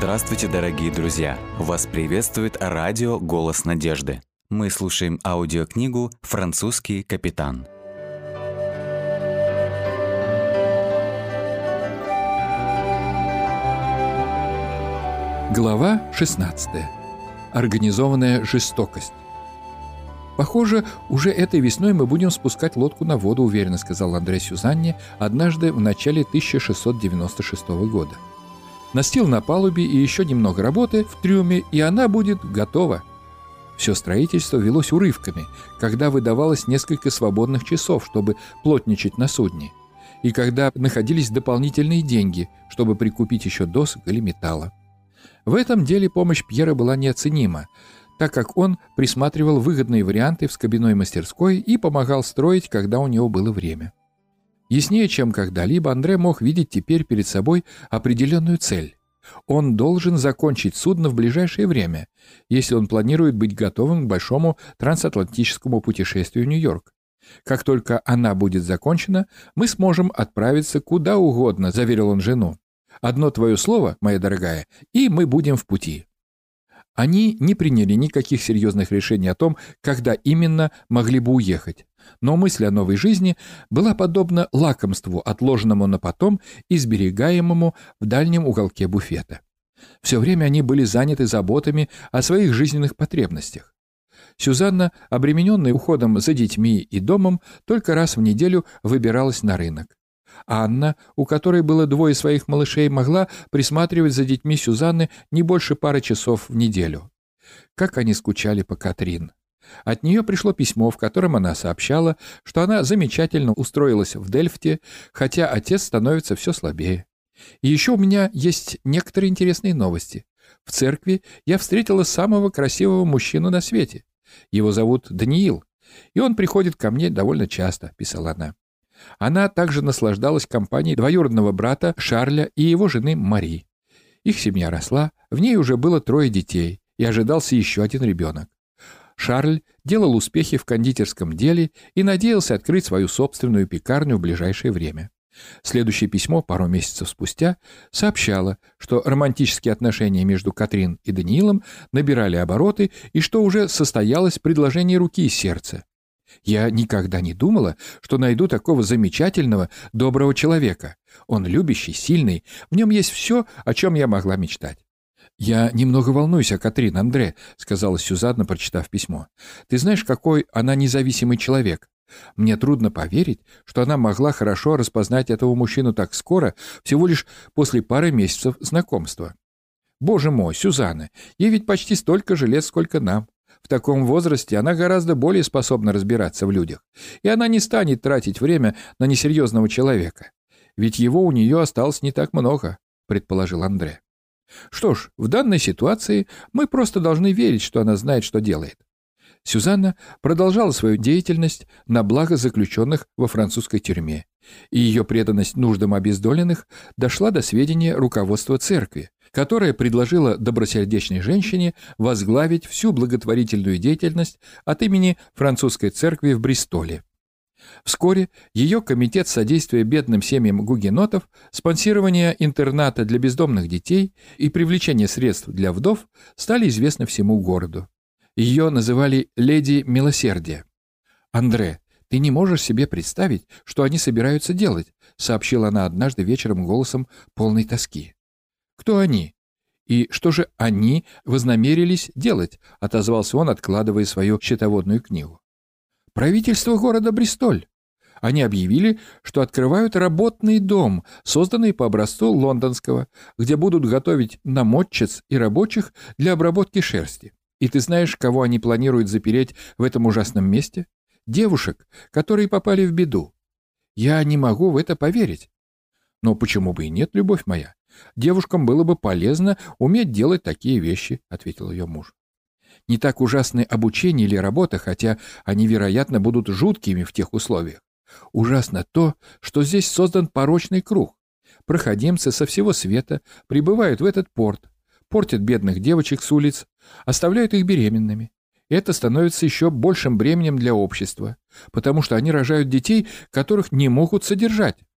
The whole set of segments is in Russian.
Здравствуйте, дорогие друзья! Вас приветствует радио «Голос надежды». Мы слушаем аудиокнигу «Французский капитан». Глава 16. Организованная жестокость. «Похоже, уже этой весной мы будем спускать лодку на воду», — уверенно сказал Андре Сюзанне однажды в начале 1696 года. «Настил на палубе и еще немного работы в трюме, и она будет готова». Все строительство велось урывками, когда выдавалось несколько свободных часов, чтобы плотничать на судне, и когда находились дополнительные деньги, чтобы прикупить еще досок или металла. В этом деле помощь Пьера была неоценима, так как он присматривал выгодные варианты в скобяной мастерской и помогал строить, когда у него было время. Яснее, чем когда-либо, Андре мог видеть теперь перед собой определенную цель. Он должен закончить судно в ближайшее время, если он планирует быть готовым к большому трансатлантическому путешествию в Нью-Йорк. «Как только она будет закончена, мы сможем отправиться куда угодно», — заверил он жену. «Одно твое слово, моя дорогая, и мы будем в пути». Они не приняли никаких серьезных решений о том, когда именно могли бы уехать, но мысль о новой жизни была подобна лакомству, отложенному на потом и сберегаемому в дальнем уголке буфета. Все время они были заняты заботами о своих жизненных потребностях. Сюзанна, обремененная уходом за детьми и домом, только раз в неделю выбиралась на рынок. Анна, у которой было двое своих малышей, могла присматривать за детьми Сюзанны не больше пары часов в неделю. Как они скучали по Катрин. От нее пришло письмо, в котором она сообщала, что она замечательно устроилась в Дельфте, хотя отец становится все слабее. И еще у меня есть некоторые интересные новости. В церкви я встретила самого красивого мужчину на свете. Его зовут Даниил, и он приходит ко мне довольно часто, писала она. Она также наслаждалась компанией двоюродного брата Шарля и его жены Мари. Их семья росла, в ней уже было 3 детей, и ожидался еще один ребенок. Шарль делал успехи в кондитерском деле и надеялся открыть свою собственную пекарню в ближайшее время. Следующее письмо, пару месяцев спустя, сообщало, что романтические отношения между Катрин и Даниилом набирали обороты и что уже состоялось предложение руки и сердца. «Я никогда не думала, что найду такого замечательного, доброго человека. Он любящий, сильный, в нем есть все, о чем я могла мечтать». «Я немного волнуюсь о Катрин, Андре», — сказала Сюзанна, прочитав письмо. «Ты знаешь, какой она независимый человек. Мне трудно поверить, что она могла хорошо распознать этого мужчину так скоро, всего лишь после пары месяцев знакомства. Боже мой, Сюзанна, ей ведь почти столько же лет, сколько нам. В таком возрасте она гораздо более способна разбираться в людях, и она не станет тратить время на несерьезного человека. Ведь его у нее осталось не так много», — предположил Андре. «Что ж, в данной ситуации мы просто должны верить, что она знает, что делает». Сюзанна продолжала свою деятельность на благо заключенных во французской тюрьме, и ее преданность нуждам обездоленных дошла до сведения руководства церкви, которая предложила добросердечной женщине возглавить всю благотворительную деятельность от имени французской церкви в Бристоле. Вскоре ее комитет содействия бедным семьям гугенотов, спонсирования интерната для бездомных детей и привлечения средств для вдов стали известны всему городу. Ее называли «Леди Милосердия». «Андре, ты не можешь себе представить, что они собираются делать», сообщила она однажды вечером голосом полной тоски. «Кто они? И что же они вознамерились делать?» — отозвался он, откладывая свою счетоводную книгу. «Правительство города Бристоль. Они объявили, что открывают работный дом, созданный по образцу лондонского, где будут готовить намотчиц и рабочих для обработки шерсти. И ты знаешь, кого они планируют запереть в этом ужасном месте? Девушек, которые попали в беду. Я не могу в это поверить». «Но почему бы и нет, любовь моя? Девушкам было бы полезно уметь делать такие вещи», — ответил ее муж. «Не так ужасны обучение или работа, хотя они, вероятно, будут жуткими в тех условиях. Ужасно то, что здесь создан порочный круг. Проходимцы со всего света прибывают в этот порт, портят бедных девочек с улиц, оставляют их беременными. Это становится еще большим бременем для общества, потому что они рожают детей, которых не могут содержать.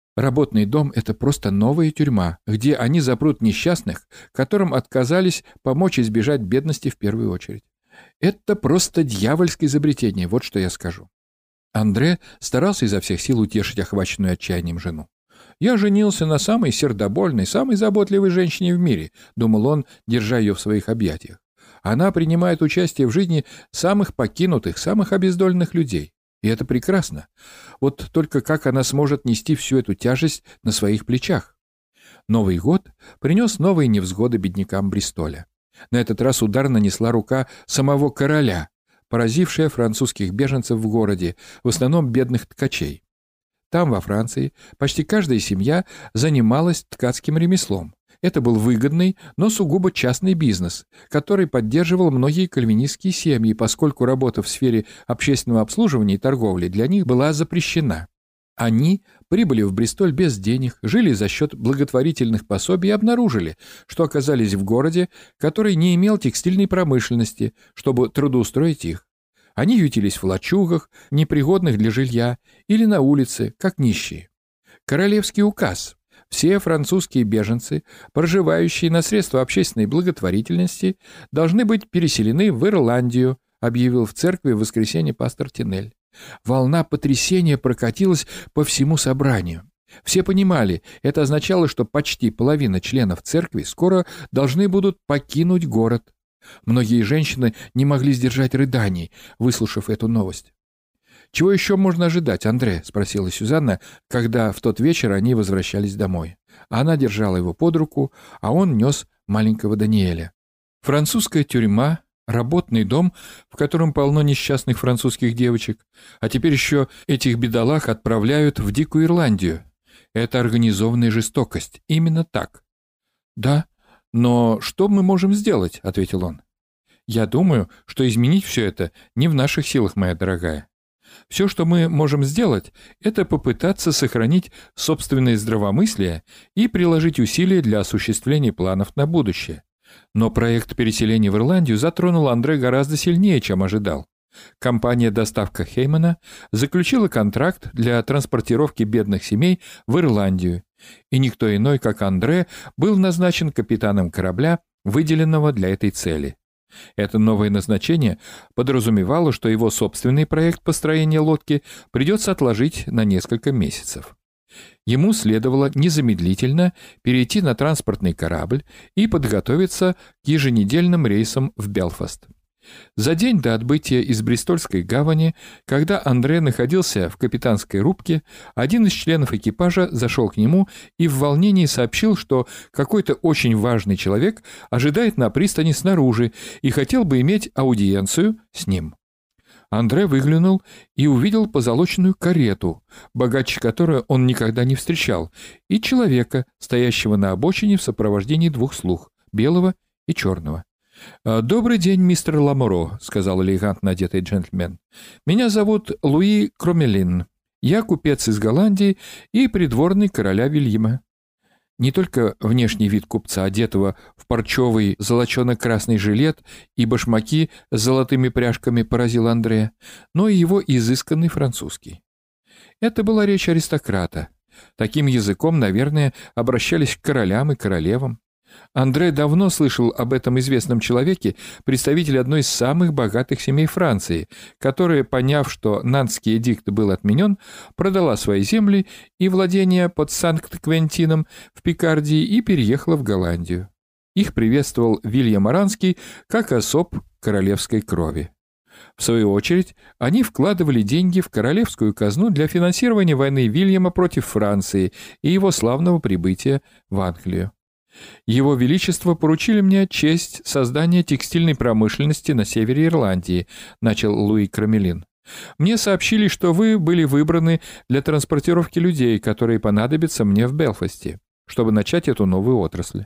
Работный дом — это просто новая тюрьма, где они запрут несчастных, которым отказались помочь избежать бедности в первую очередь. Это просто дьявольское изобретение, вот что я скажу. Андре старался изо всех сил утешить охваченную отчаянием жену. «Я женился на самой сердобольной, самой заботливой женщине в мире», — думал он, держа ее в своих объятиях. «Она принимает участие в жизни самых покинутых, самых обездоленных людей. И это прекрасно. Вот только как она сможет нести всю эту тяжесть на своих плечах?» Новый год принес новые невзгоды беднякам Бристоля. На этот раз удар нанесла рука самого короля, поразившая французских беженцев в городе, в основном бедных ткачей. Там, во Франции, почти каждая семья занималась ткацким ремеслом. Это был выгодный, но сугубо частный бизнес, который поддерживал многие кальвинистские семьи, поскольку работа в сфере общественного обслуживания и торговли для них была запрещена. Они прибыли в Бристоль без денег, жили за счет благотворительных пособий и обнаружили, что оказались в городе, который не имел текстильной промышленности, чтобы трудоустроить их. Они ютились в лачугах, непригодных для жилья, или на улице, как нищие. Королевский указ. Все французские беженцы, проживающие на средства общественной благотворительности, должны быть переселены в Ирландию, объявил в церкви в воскресенье пастор Тинель. Волна потрясения прокатилась по всему собранию. Все понимали, это означало, что почти половина членов церкви скоро должны будут покинуть город. Многие женщины не могли сдержать рыданий, выслушав эту новость. «Чего еще можно ожидать, Андре?» — спросила Сюзанна, когда в тот вечер они возвращались домой. Она держала его под руку, а он нес маленького Даниэля. Французская тюрьма, работный дом, в котором полно несчастных французских девочек, а теперь еще этих бедолаг отправляют в Дикую Ирландию. Это организованная жестокость. Именно так. «Да, но что мы можем сделать?» — ответил он. «Я думаю, что изменить все это не в наших силах, моя дорогая. Все, что мы можем сделать, это попытаться сохранить собственное здравомыслие и приложить усилия для осуществления планов на будущее. Но проект переселения в Ирландию затронул Андре гораздо сильнее, чем ожидал. Компания «Доставка Хеймана» заключила контракт для транспортировки бедных семей в Ирландию, и никто иной, как Андре, был назначен капитаном корабля, выделенного для этой цели. Это новое назначение подразумевало, что его собственный проект построения лодки придется отложить на несколько месяцев. Ему следовало незамедлительно перейти на транспортный корабль и подготовиться к еженедельным рейсам в Белфаст. За день до отбытия из Бристольской гавани, когда Андре находился в капитанской рубке, один из членов экипажа зашел к нему и в волнении сообщил, что какой-то очень важный человек ожидает на пристани снаружи и хотел бы иметь аудиенцию с ним. Андре выглянул и увидел позолоченную карету, богаче которой он никогда не встречал, и человека, стоящего на обочине в сопровождении двух слуг, белого и черного. «Добрый день, мистер Ламоро», — сказал элегантно одетый джентльмен. «Меня зовут Луи Кромелин. Я купец из Голландии и придворный короля Вильяма». Не только внешний вид купца, одетого в парчевый золочено-красный жилет и башмаки с золотыми пряжками, поразил Андрея, но и его изысканный французский. Это была речь аристократа. Таким языком, наверное, обращались к королям и королевам. Андре давно слышал об этом известном человеке, представителе одной из самых богатых семей Франции, которая, поняв, что Нантский эдикт был отменен, продала свои земли и владения под Санкт-Квентином в Пикардии и переехала в Голландию. Их приветствовал Вильям Оранский как особ королевской крови. В свою очередь, они вкладывали деньги в королевскую казну для финансирования войны Вильяма против Франции и его славного прибытия в Англию. Его Величество поручили мне честь создания текстильной промышленности на севере Ирландии, начал Луи Кромелин. Мне сообщили, что вы были выбраны для транспортировки людей, которые понадобятся мне в Белфасте, чтобы начать эту новую отрасль.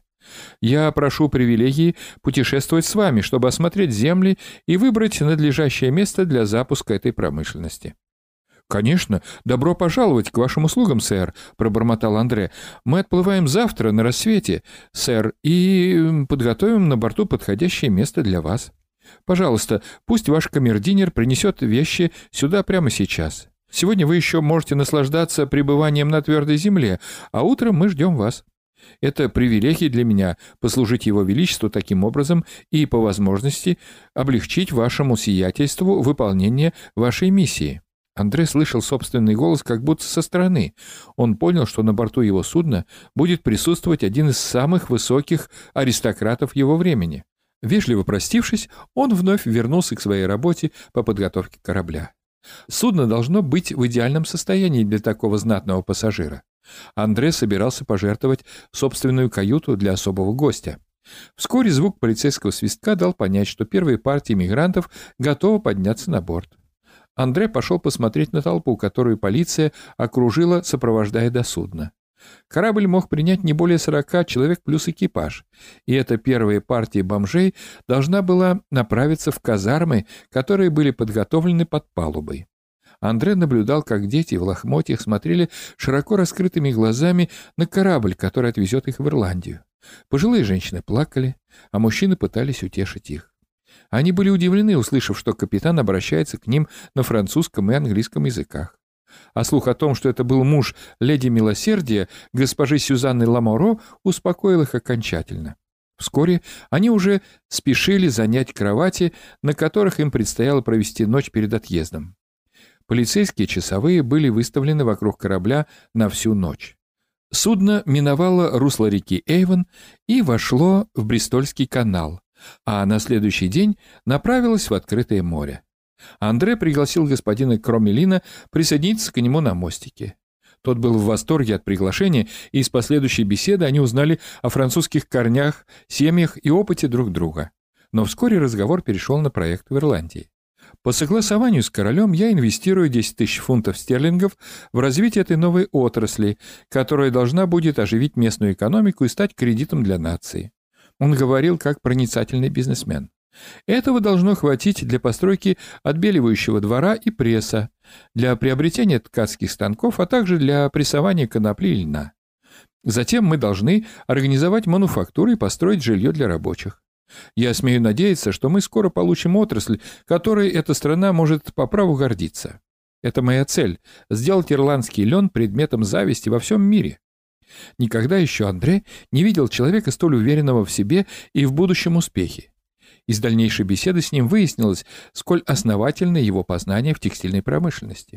Я прошу привилегии путешествовать с вами, чтобы осмотреть земли и выбрать надлежащее место для запуска этой промышленности. «Конечно, добро пожаловать к вашим услугам, сэр», — пробормотал Андре. «Мы отплываем завтра на рассвете, сэр, и подготовим на борту подходящее место для вас. Пожалуйста, пусть ваш камердинер принесет вещи сюда прямо сейчас. Сегодня вы еще можете наслаждаться пребыванием на твердой земле, а утром мы ждем вас. Это привилегия для меня послужить Его Величеству таким образом и, по возможности, облегчить вашему сиятельству выполнение вашей миссии». Андре слышал собственный голос как будто со стороны. Он понял, что на борту его судна будет присутствовать один из самых высоких аристократов его времени. Вежливо простившись, он вновь вернулся к своей работе по подготовке корабля. Судно должно быть в идеальном состоянии для такого знатного пассажира. Андре собирался пожертвовать собственную каюту для особого гостя. Вскоре звук полицейского свистка дал понять, что первая партия мигрантов готова подняться на борт. Андре пошел посмотреть на толпу, которую полиция окружила, сопровождая до судна. Корабль мог принять не более 40 человек плюс экипаж, и эта первая партия бомжей должна была направиться в казармы, которые были подготовлены под палубой. Андре наблюдал, как дети в лохмотьях смотрели широко раскрытыми глазами на корабль, который отвезет их в Ирландию. Пожилые женщины плакали, а мужчины пытались утешить их. Они были удивлены, услышав, что капитан обращается к ним на французском и английском языках. А слух о том, что это был муж леди Милосердия, госпожи Сюзанны Ламоро, успокоил их окончательно. Вскоре они уже спешили занять кровати, на которых им предстояло провести ночь перед отъездом. Полицейские часовые были выставлены вокруг корабля на всю ночь. Судно миновало русло реки Эйвон и вошло в Бристольский канал, а на следующий день направилось в открытое море. Андре пригласил господина Кромелина присоединиться к нему на мостике. Тот был в восторге от приглашения, и из последующей беседы они узнали о французских корнях, семьях и опыте друг друга. Но вскоре разговор перешел на проект в Ирландии. По согласованию с королем я инвестирую 10 000 фунтов стерлингов в развитие этой новой отрасли, которая должна будет оживить местную экономику и стать кредитом для нации. Он говорил как проницательный бизнесмен. Этого должно хватить для постройки отбеливающего двора и пресса, для приобретения ткацких станков, а также для прессования конопли и льна. Затем мы должны организовать мануфактуру и построить жилье для рабочих. Я смею надеяться, что мы скоро получим отрасль, которой эта страна может по праву гордиться. Это моя цель – сделать ирландский лен предметом зависти во всем мире. Никогда еще Андре не видел человека столь уверенного в себе и в будущем успехе. Из дальнейшей беседы с ним выяснилось, сколь основательны его познания в текстильной промышленности.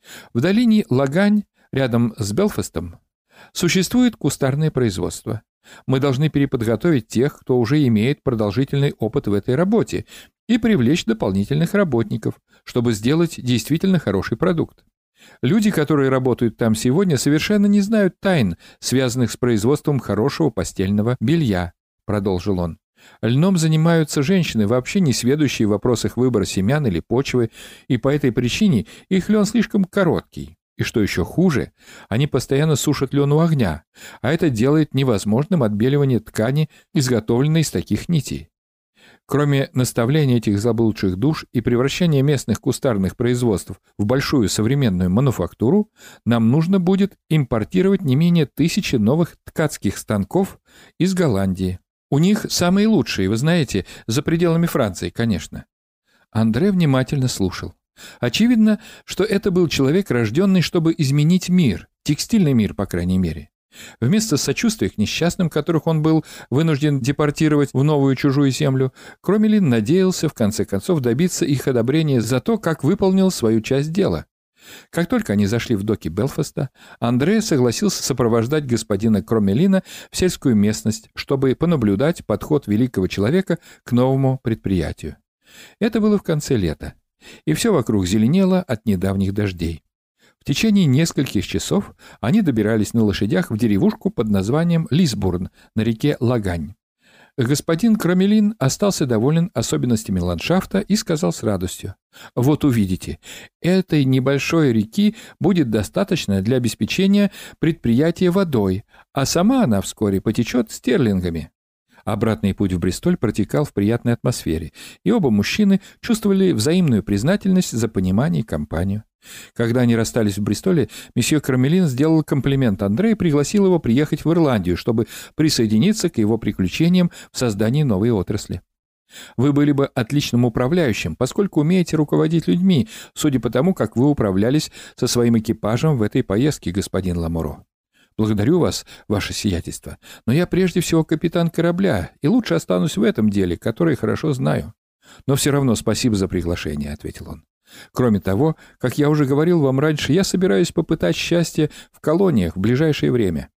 В долине Лагань, рядом с Белфастом, существует кустарное производство. Мы должны переподготовить тех, кто уже имеет продолжительный опыт в этой работе, и привлечь дополнительных работников, чтобы сделать действительно хороший продукт. Люди, которые работают там сегодня, совершенно не знают тайн, связанных с производством хорошего постельного белья, продолжил он. Льном занимаются женщины, вообще не сведущие в вопросах выбора семян или почвы, и по этой причине их лен слишком короткий. И что еще хуже, они постоянно сушат лен у огня, а это делает невозможным отбеливание ткани, изготовленной из таких нитей. Кроме наставления этих заблудших душ и превращения местных кустарных производств в большую современную мануфактуру, нам нужно будет импортировать не менее 1000 новых ткацких станков из Голландии. У них самые лучшие, вы знаете, за пределами Франции, конечно. Андре внимательно слушал. Очевидно, что это был человек, рожденный, чтобы изменить мир, текстильный мир, по крайней мере. Вместо сочувствия к несчастным, которых он был вынужден депортировать в новую чужую землю, Кромелин надеялся в конце концов добиться их одобрения за то, как выполнил свою часть дела. Как только они зашли в доки Белфаста, Андре согласился сопровождать господина Кромелина в сельскую местность, чтобы понаблюдать подход великого человека к новому предприятию. Это было в конце лета, и все вокруг зеленело от недавних дождей. В течение нескольких часов они добирались на лошадях в деревушку под названием Лисбурн на реке Лагань. Господин Кромелин остался доволен особенностями ландшафта и сказал с радостью: «Вот увидите, этой небольшой реки будет достаточно для обеспечения предприятия водой, а сама она вскоре потечет стерлингами». Обратный путь в Бристоль протекал в приятной атмосфере, и оба мужчины чувствовали взаимную признательность за понимание и компанию. Когда они расстались в Бристоле, месье Кромелин сделал комплимент Андре и пригласил его приехать в Ирландию, чтобы присоединиться к его приключениям в создании новой отрасли. Вы были бы отличным управляющим, поскольку умеете руководить людьми, судя по тому, как вы управлялись со своим экипажем в этой поездке, господин Ламуро. Благодарю вас, ваше сиятельство, но я прежде всего капитан корабля, и лучше останусь в этом деле, которое хорошо знаю. Но все равно спасибо за приглашение, — ответил он. Кроме того, как я уже говорил вам раньше, я собираюсь попытать счастье в колониях в ближайшее время.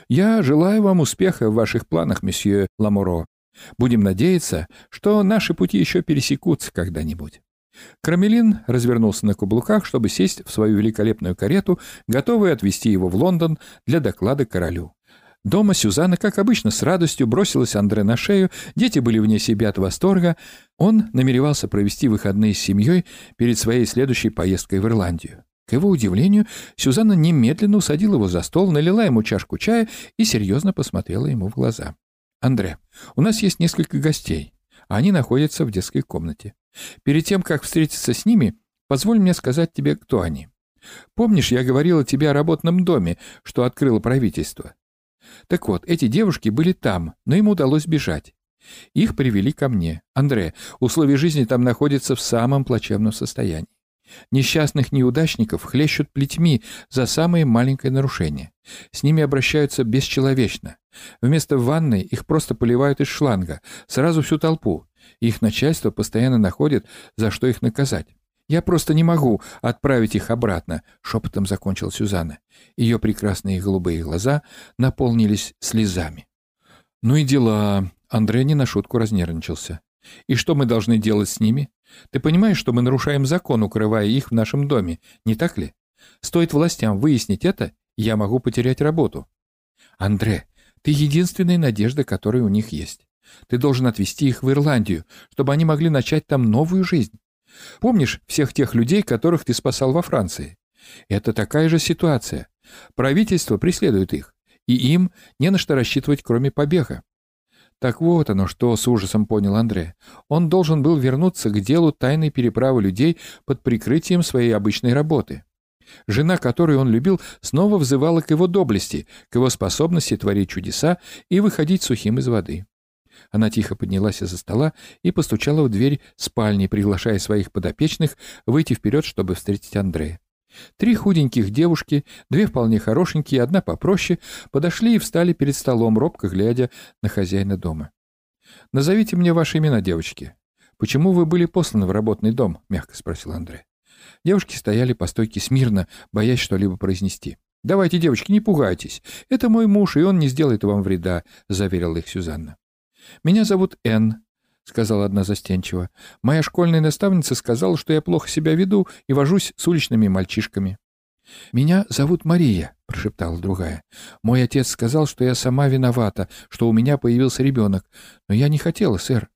Я желаю вам успеха в ваших планах, месье Ламуро. Будем надеяться, что наши пути еще пересекутся когда-нибудь. Крамелин развернулся на каблуках, чтобы сесть в свою великолепную карету, готовый отвезти его в Лондон для доклада королю. Дома Сюзанна, как обычно, с радостью бросилась Андре на шею, дети были вне себя от восторга. Он намеревался провести выходные с семьей перед своей следующей поездкой в Ирландию. К его удивлению, Сюзанна немедленно усадила его за стол, налила ему чашку чая и серьезно посмотрела ему в глаза. «Андре, у нас есть несколько гостей, а они находятся в детской комнате. Перед тем, как встретиться с ними, позволь мне сказать тебе, кто они. Помнишь, я говорила тебе о работном доме, что открыло правительство? Так вот, эти девушки были там, но им удалось бежать. Их привели ко мне. Андре, условия жизни там находятся в самом плачевном состоянии. Несчастных неудачников хлещут плетьми за самое маленькое нарушение. С ними обращаются бесчеловечно. Вместо ванной их просто поливают из шланга, сразу всю толпу. Их начальство постоянно находит, за что их наказать. «Я просто не могу отправить их обратно», — шепотом закончила Сюзанна. Ее прекрасные голубые глаза наполнились слезами. «Ну и дела». Андре не на шутку разнервничался. «И что мы должны делать с ними? Ты понимаешь, что мы нарушаем закон, укрывая их в нашем доме, не так ли? Стоит властям выяснить это, я могу потерять работу». «Андре, ты единственная надежда, которая у них есть. Ты должен отвезти их в Ирландию, чтобы они могли начать там новую жизнь. Помнишь всех тех людей, которых ты спасал во Франции? Это такая же ситуация. Правительство преследует их, и им не на что рассчитывать, кроме побега». Так вот оно что, с ужасом понял Андре. Он должен был вернуться к делу тайной переправы людей под прикрытием своей обычной работы. Жена, которую он любил, снова взывала к его доблести, к его способности творить чудеса и выходить сухим из воды. Она тихо поднялась из-за стола и постучала в дверь спальни, приглашая своих подопечных выйти вперед, чтобы встретить Андрея. 3 худеньких девушки, 2 вполне хорошенькие и 1 попроще, подошли и встали перед столом, робко глядя на хозяина дома. «Назовите мне ваши имена, девочки. Почему вы были посланы в работный дом?» — мягко спросил Андре. Девушки стояли по стойке смирно, боясь что-либо произнести. «Давайте, девочки, не пугайтесь. Это мой муж, и он не сделает вам вреда», — заверила их Сюзанна. «Меня зовут Энн», — сказала одна застенчиво. «Моя школьная наставница сказала, что я плохо себя веду и вожусь с уличными мальчишками». «Меня зовут Мария», — прошептала другая. «Мой отец сказал, что я сама виновата, что у меня появился ребенок, но я не хотела, сэр».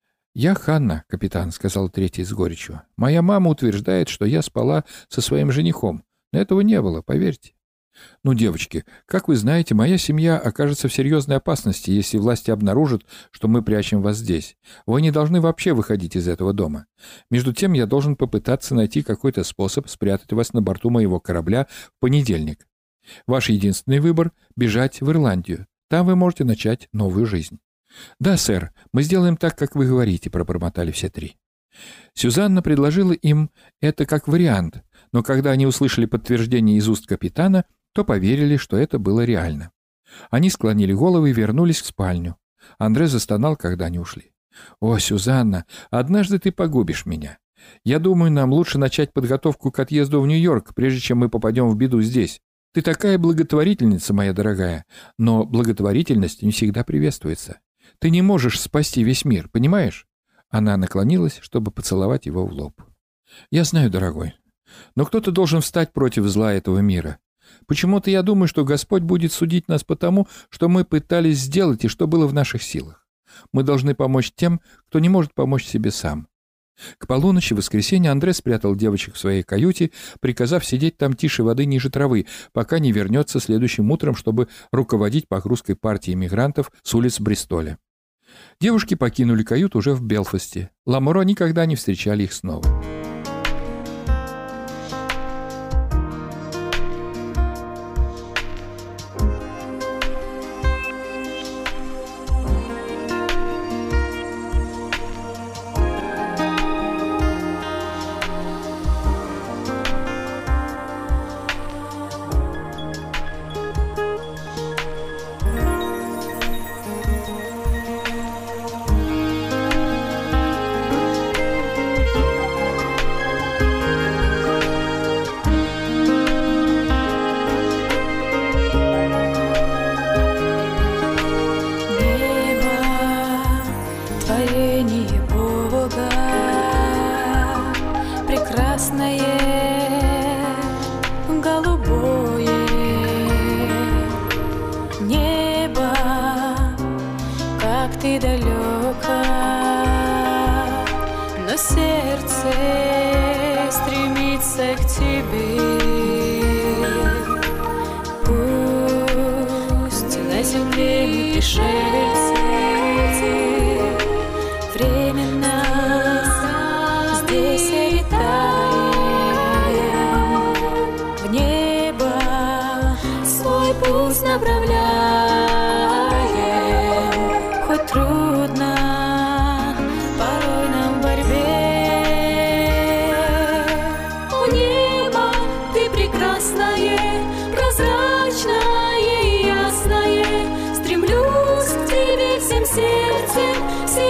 «Я Ханна, капитан», — сказала третья с горечью. «Моя мама утверждает, что я спала со своим женихом, но этого не было, поверьте». «Ну, девочки, как вы знаете, моя семья окажется в серьезной опасности, если власти обнаружат, что мы прячем вас здесь. Вы не должны вообще выходить из этого дома. Между тем, я должен попытаться найти какой-то способ спрятать вас на борту моего корабля в понедельник. Ваш единственный выбор — бежать в Ирландию. Там вы можете начать новую жизнь». «Да, сэр, мы сделаем так, как вы говорите», — пробормотали все 3. Сюзанна предложила им это как вариант, но когда они услышали подтверждение из уст капитана, то поверили, что это было реально. Они склонили головы и вернулись в спальню. Андре застонал, когда они ушли. «О, Сюзанна, однажды ты погубишь меня. Я думаю, нам лучше начать подготовку к отъезду в Нью-Йорк, прежде чем мы попадем в беду здесь. Ты такая благотворительница, моя дорогая, но благотворительность не всегда приветствуется. Ты не можешь спасти весь мир, понимаешь?» Она наклонилась, чтобы поцеловать его в лоб. «Я знаю, дорогой, но кто-то должен встать против зла этого мира. Почему-то я думаю, что Господь будет судить нас потому, что мы пытались сделать и что было в наших силах. Мы должны помочь тем, кто не может помочь себе сам». К полуночи в воскресенье Андре спрятал девочек в своей каюте, приказав сидеть там тише воды ниже травы, пока не вернется следующим утром, чтобы руководить погрузкой партии мигрантов с улиц Бристоля. Девушки покинули каюту уже в Белфасте. Ламуро никогда не встречали их снова. Тебе. Пусть на земле мы пришельцы, временно здесь обитаем, в небо свой путь направляем, хоть трудно порой нам в борьбе. У неба ты прекрасное, прозрачное и ясное, стремлюсь к тебе всем сердцем, всей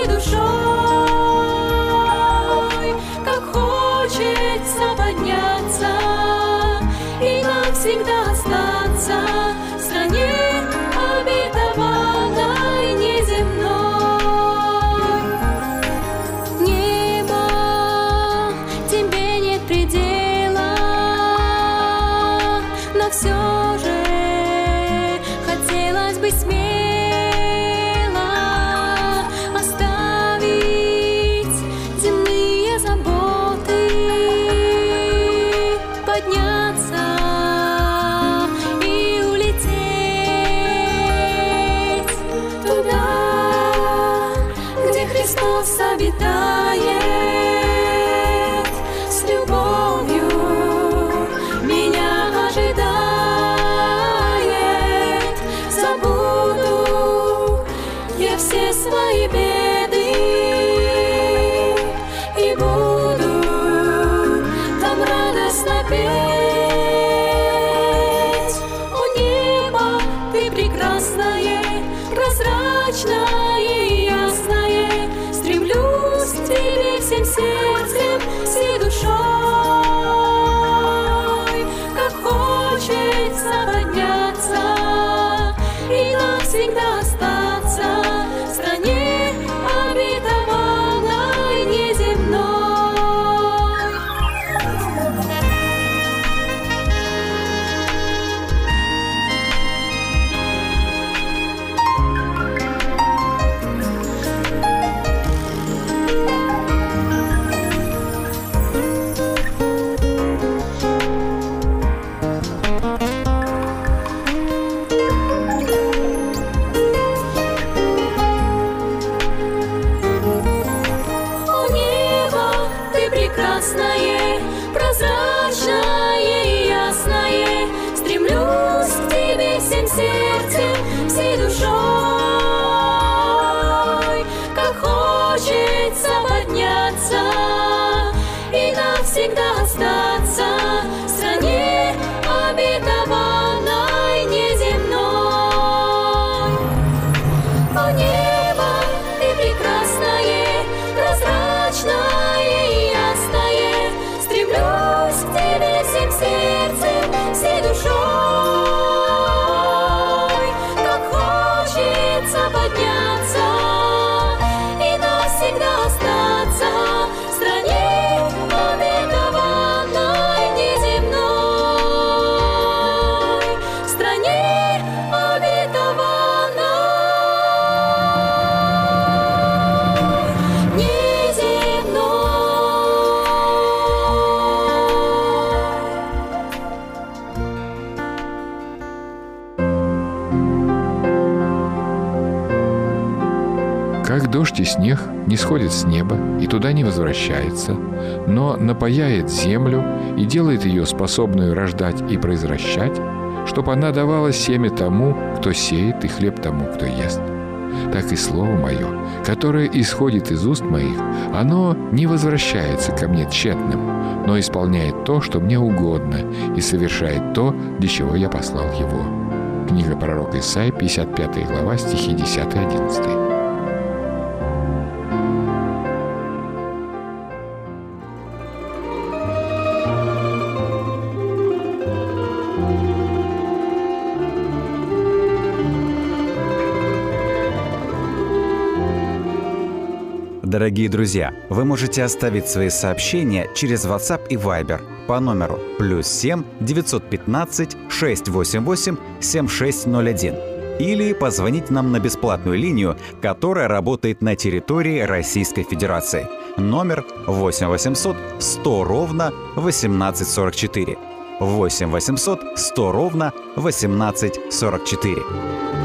душой, как хочется подняться и навсегда остаться в стране обетованной неземной. Небо, тебе нет предела, но все же хотелось бы смело оставить земные заботы, подняться и улететь туда, где Христос обитает, с любовью меня ожидает. Забуду я все свои беды и буду там радостно петь. У неба ты прекрасное, прозрачное и ясное, стремлюсь к тебе всем сердцем, всей душой, как хочется подняться и навсегда остаться в стране обетованной неземной. У неба ты прекрасное, прозрачное и ясное, стремлюсь к тебе всем сердцем, всей душой, как хочется подняться и навсегда остаться в стране обетованной неземной. О небо, ты прекрасное, прозрачное и ясное, стремлюсь к тебе всем сердцем, всей душой, как хочется подняться и навсегда остаться в стране обетованной неземной, в стране обетованной неземной. Как дождь и снег не сходит с неба и туда не возвращается, но напояет землю и делает ее способную рождать и произращать, чтобы она давала семя тому, кто сеет, и хлеб тому, кто ест. Так и слово мое, которое исходит из уст моих, оно не возвращается ко мне тщетным, но исполняет то, что мне угодно, и совершает то, для чего я послал его». Книга пророка Исаии, 55 глава, стихи 10-11. Дорогие друзья, вы можете оставить свои сообщения через WhatsApp и Viber по номеру +7 915 688 7601 или позвонить нам на бесплатную линию, которая работает на территории Российской Федерации. Номер 8 800 100 ровно 1844. 8 800 100 ровно 1844.